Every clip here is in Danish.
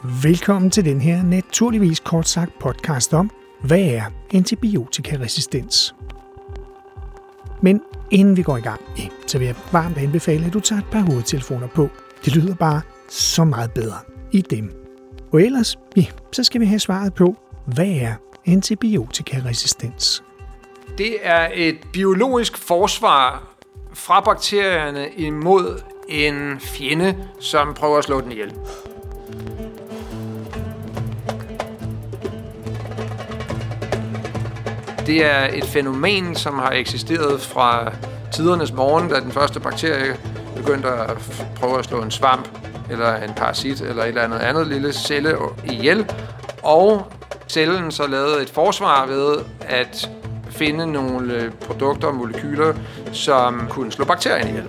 Velkommen til den her naturligvis kort sagt podcast om, hvad er antibiotikaresistens? Men inden vi går i gang, så vil jeg varmt anbefale, at du tager et par hovedtelefoner på. Det lyder bare så meget bedre i dem. Og ellers, så skal vi have svaret på, hvad er antibiotikaresistens? Det er et biologisk forsvar fra bakterierne imod en fjende, som prøver at slå den ihjel. Det er et fænomen, som har eksisteret fra tidernes morgen, da den første bakterie begyndte at prøve at slå en svamp, eller en parasit, eller et eller andet lille celle ihjel. Og cellen så lavede et forsvar ved at finde nogle produkter og molekyler, som kunne slå bakterien ihjel.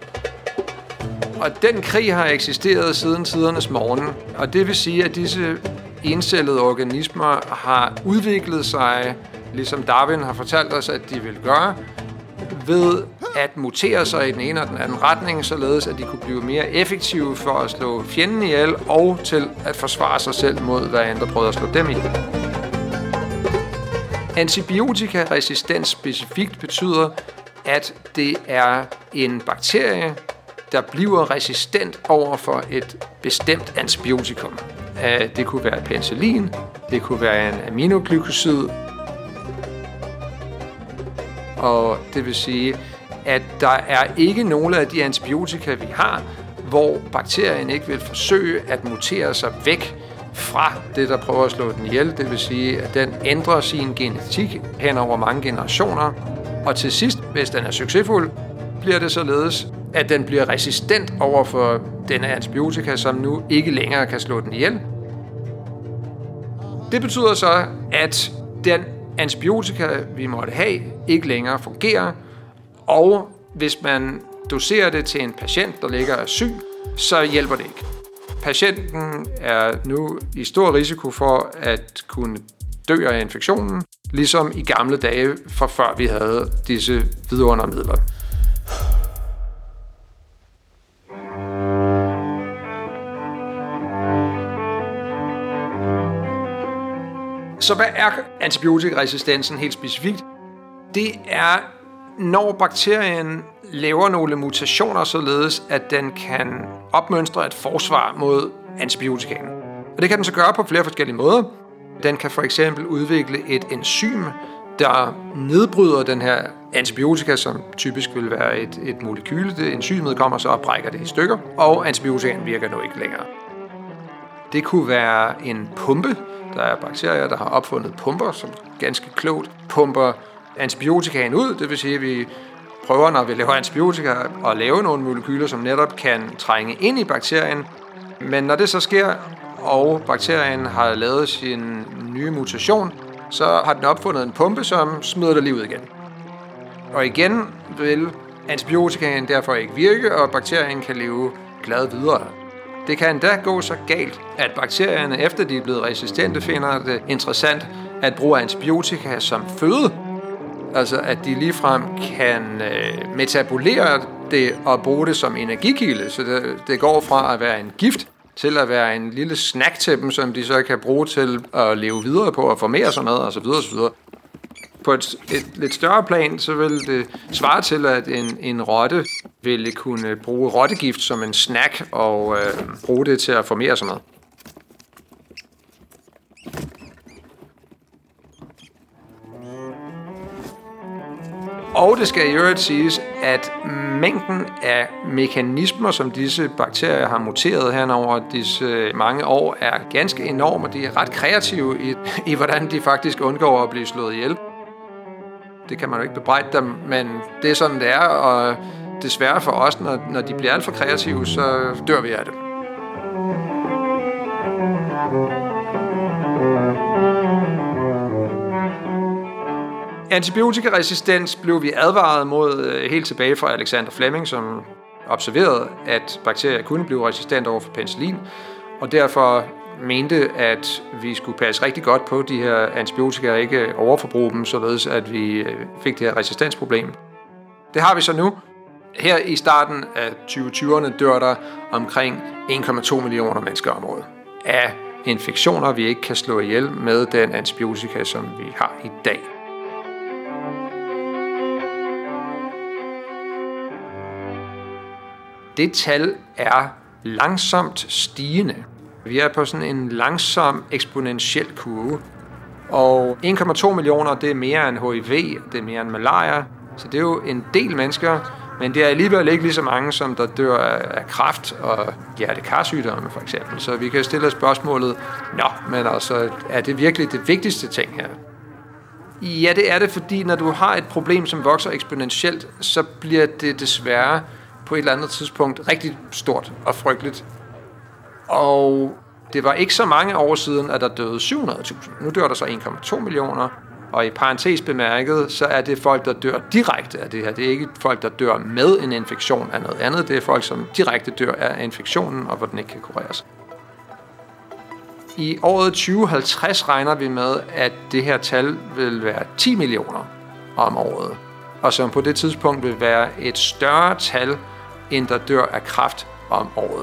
Og den krig har eksisteret siden tidernes morgen, og det vil sige, at disse encellede organismer har udviklet sig, ligesom Darwin har fortalt os, at de vil gøre, ved at mutere sig i den ene og den anden retning, således at de kunne blive mere effektive for at slå fjenden ihjel, og til at forsvare sig selv mod, hvad andre prøvede at slå dem ihjel. Antibiotikaresistens specifikt betyder, at det er en bakterie, der bliver resistent over for et bestemt antibiotikum. Det kunne være penicillin, det kunne være en aminoglykosid, og det vil sige, at der er ikke nogen af de antibiotika, vi har, hvor bakterien ikke vil forsøge at mutere sig væk fra det, der prøver at slå den ihjel. Det vil sige, at den ændrer sin genetik hen over mange generationer. Og til sidst, hvis den er succesfuld, bliver det således, at den bliver resistent over for denne antibiotika, som nu ikke længere kan slå den ihjel. Det betyder så, at den antibiotika, vi måtte have, ikke længere fungerer, og hvis man doserer det til en patient, der ligger og er syg, så hjælper det ikke. Patienten er nu i stor risiko for at kunne dø af infektionen, ligesom i gamle dage, for før vi havde disse vidundermidler. Så hvad er antibiotikaresistensen helt specifikt? Det er, når bakterien laver nogle mutationer, således at den kan opmønstre et forsvar mod antibiotikaen. Og det kan den så gøre på flere forskellige måder. Den kan for eksempel udvikle et enzym, der nedbryder den her antibiotika, som typisk vil være et molekyle. Det enzymet kommer så og brækker det i stykker, og antibiotikaen virker nu ikke længere. Det kunne være en pumpe. Der er bakterier, der har opfundet pumper, som ganske klogt pumper antibiotikaen ud. Det vil sige, at vi prøver, når vi laver antibiotika, at lave nogle molekyler, som netop kan trænge ind i bakterien. Men når det så sker, og bakterien har lavet sin nye mutation, så har den opfundet en pumpe, som smider det lige ud igen. Og igen vil antibiotikaen derfor ikke virke, og bakterien kan leve glad videre. Det kan endda gå så galt, at bakterierne, efter de er blevet resistente, finder det interessant at bruge antibiotika som føde. Altså at de ligefrem kan metabolere det og bruge det som energikilde. Så det går fra at være en gift til at være en lille snack til dem, som de så kan bruge til at leve videre på og formere sig med osv. osv. På et lidt større plan, så vil det svare til, at en rotte ville kunne bruge rottegift som en snack og bruge det til at formere sig med. Og det skal i øvrigt siges, at mængden af mekanismer, som disse bakterier har muteret hen over disse mange år, er ganske enorm, og de er ret kreative i hvordan de faktisk undgår at blive slået ihjel. Det kan man jo ikke bebrejde dem, men det er sådan, det er, og desværre for os, når de bliver alt for kreative, så dør vi af det. Antibiotikaresistens blev vi advaret mod helt tilbage fra Alexander Fleming, som observerede, at bakterier kunne blive resistent over for penicillin, og derfor mente, at vi skulle passe rigtig godt på de her antibiotika og ikke overforbruge dem, således at vi fik det her resistensproblem. Det har vi så nu. Her i starten af 2020'erne dør der omkring 1,2 millioner mennesker om året. af infektioner, vi ikke kan slå ihjel med den antibiotika, som vi har i dag. Det tal er langsomt stigende. Vi er på sådan en langsom eksponentiel kurve. Og 1,2 millioner, det er mere end HIV, det er mere end malaria. Så det er jo en del mennesker, men det er alligevel ikke lige så mange, som der dør af kræft og hjertekarsygdomme for eksempel. Så vi kan stille spørgsmålet, men altså, er det virkelig det vigtigste ting her? Ja, det er det, fordi når du har et problem, som vokser eksponentielt, så bliver det desværre på et eller andet tidspunkt rigtig stort og frygteligt. Og det var ikke så mange år siden, at der døde 700.000. Nu dør der så 1,2 millioner. Og i parentes bemærket, så er det folk, der dør direkte af det her. Det er ikke folk, der dør med en infektion af noget andet. Det er folk, som direkte dør af infektionen, og hvor den ikke kan kureres. I året 2050 regner vi med, at det her tal vil være 10 millioner om året. Og som på det tidspunkt vil være et større tal, end der dør af kræft om året.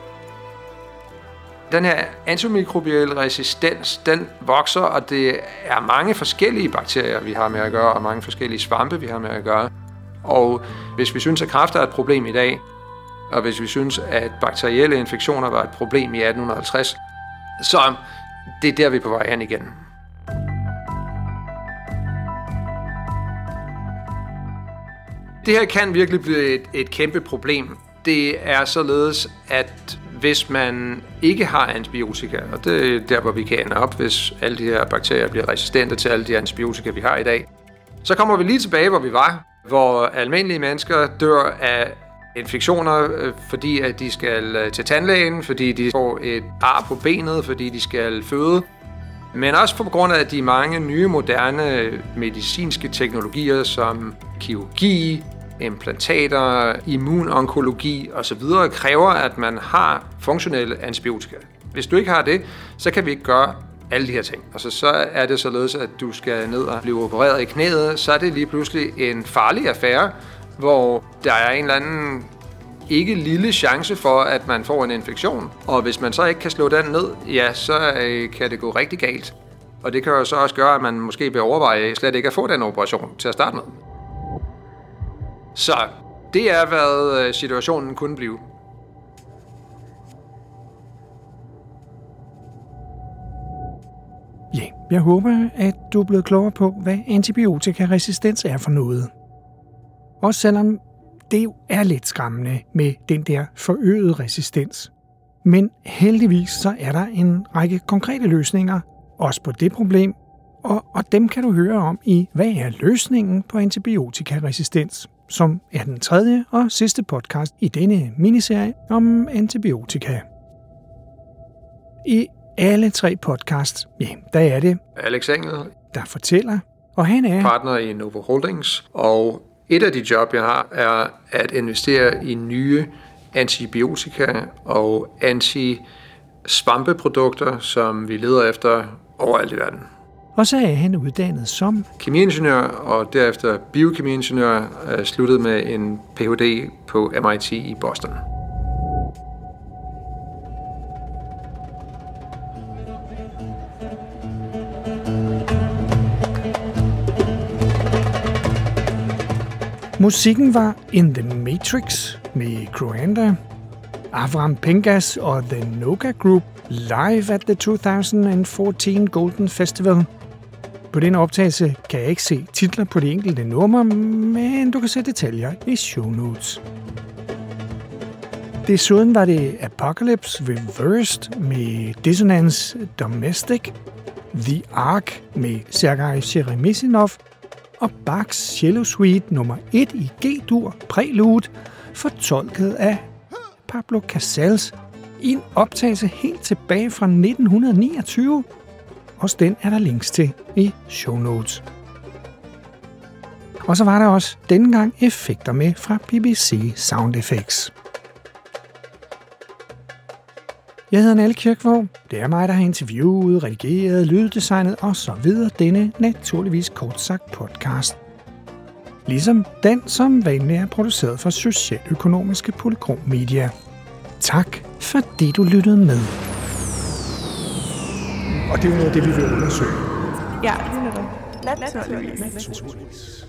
Den her antimikrobielle resistens, den vokser, og det er mange forskellige bakterier, vi har med at gøre, og mange forskellige svampe, vi har med at gøre. Og hvis vi synes, at kræft er et problem i dag, og hvis vi synes, at bakterielle infektioner var et problem i 1850, så det er der, vi er på vej hen igen. Det her kan virkelig blive et kæmpe problem. Det er således, at hvis man ikke har antibiotika, og det er der, hvor vi kan ende op, hvis alle de her bakterier bliver resistente til alle de antibiotika, vi har i dag, så kommer vi lige tilbage, hvor vi var, hvor almindelige mennesker dør af infektioner, fordi at de skal til tandlægen, fordi de får et ar på benet, fordi de skal føde, men også på grund af de mange nye, moderne medicinske teknologier, som kirurgi, implantater, immunonkologi osv. kræver, at man har funktionelle antibiotika. Hvis du ikke har det, så kan vi ikke gøre alle de her ting. Altså, så er det således, at du skal ned og blive opereret i knæet, så er det lige pludselig en farlig affære, hvor der er en eller anden ikke lille chance for, at man får en infektion. Og hvis man så ikke kan slå den ned, ja, så kan det gå rigtig galt. Og det kan jo så også gøre, at man måske vil overveje slet ikke at få den operation til at starte med. Så det er, hvad situationen kunne blive. Ja, jeg håber, at du er blevet klogere på, hvad antibiotikaresistens er for noget. Også selvom det jo er lidt skræmmende med den der forøgede resistens. Men heldigvis så er der en række konkrete løsninger, også på det problem, og dem kan du høre om i Hvad er løsningen på antibiotikaresistens, som er den tredje og sidste podcast i denne miniserie om antibiotika. I alle 3 podcasts, ja, der er det Alex Engel, der fortæller, og han er partner i Novo Holdings, og et af de job, jeg har, er at investere i nye antibiotika og anti-svampeprodukter, som vi leder efter overalt i verden. Og så er han uddannet som kemiingeniør og derefter biokemiingeniør, sluttede med en Ph.D. på MIT i Boston. Musikken var In the Matrix med Cruanda, Avram Pengas og The Noga Group live at the 2014 Golden Festival. På den optagelse kan jeg ikke se titler på de enkelte numre, men du kan se detaljer i show notes. Desuden var det Apocalypse Reversed med Dissonance Domestic, The Ark med Sergei Sheremesinov og Bachs Cello Suite nummer 1 i G-dur Prelude, fortolket af Pablo Casals i en optagelse helt tilbage fra 1929. Også den er der links til i show notes. Og så var der også denne gang effekter med fra BBC Sound Effects. Jeg hedder Nalle Kirkvaag. Det er mig, der har interviewet, redigeret, lyddesignet og så videre denne naturligvis kort sagt podcast. Ligesom den, som vanligt er produceret for Socialøkonomiske Polygon Media. Tak fordi du lyttede med. Og det er jo noget af det, vi vil undersøge. Ja, det er netop. Naturligvis.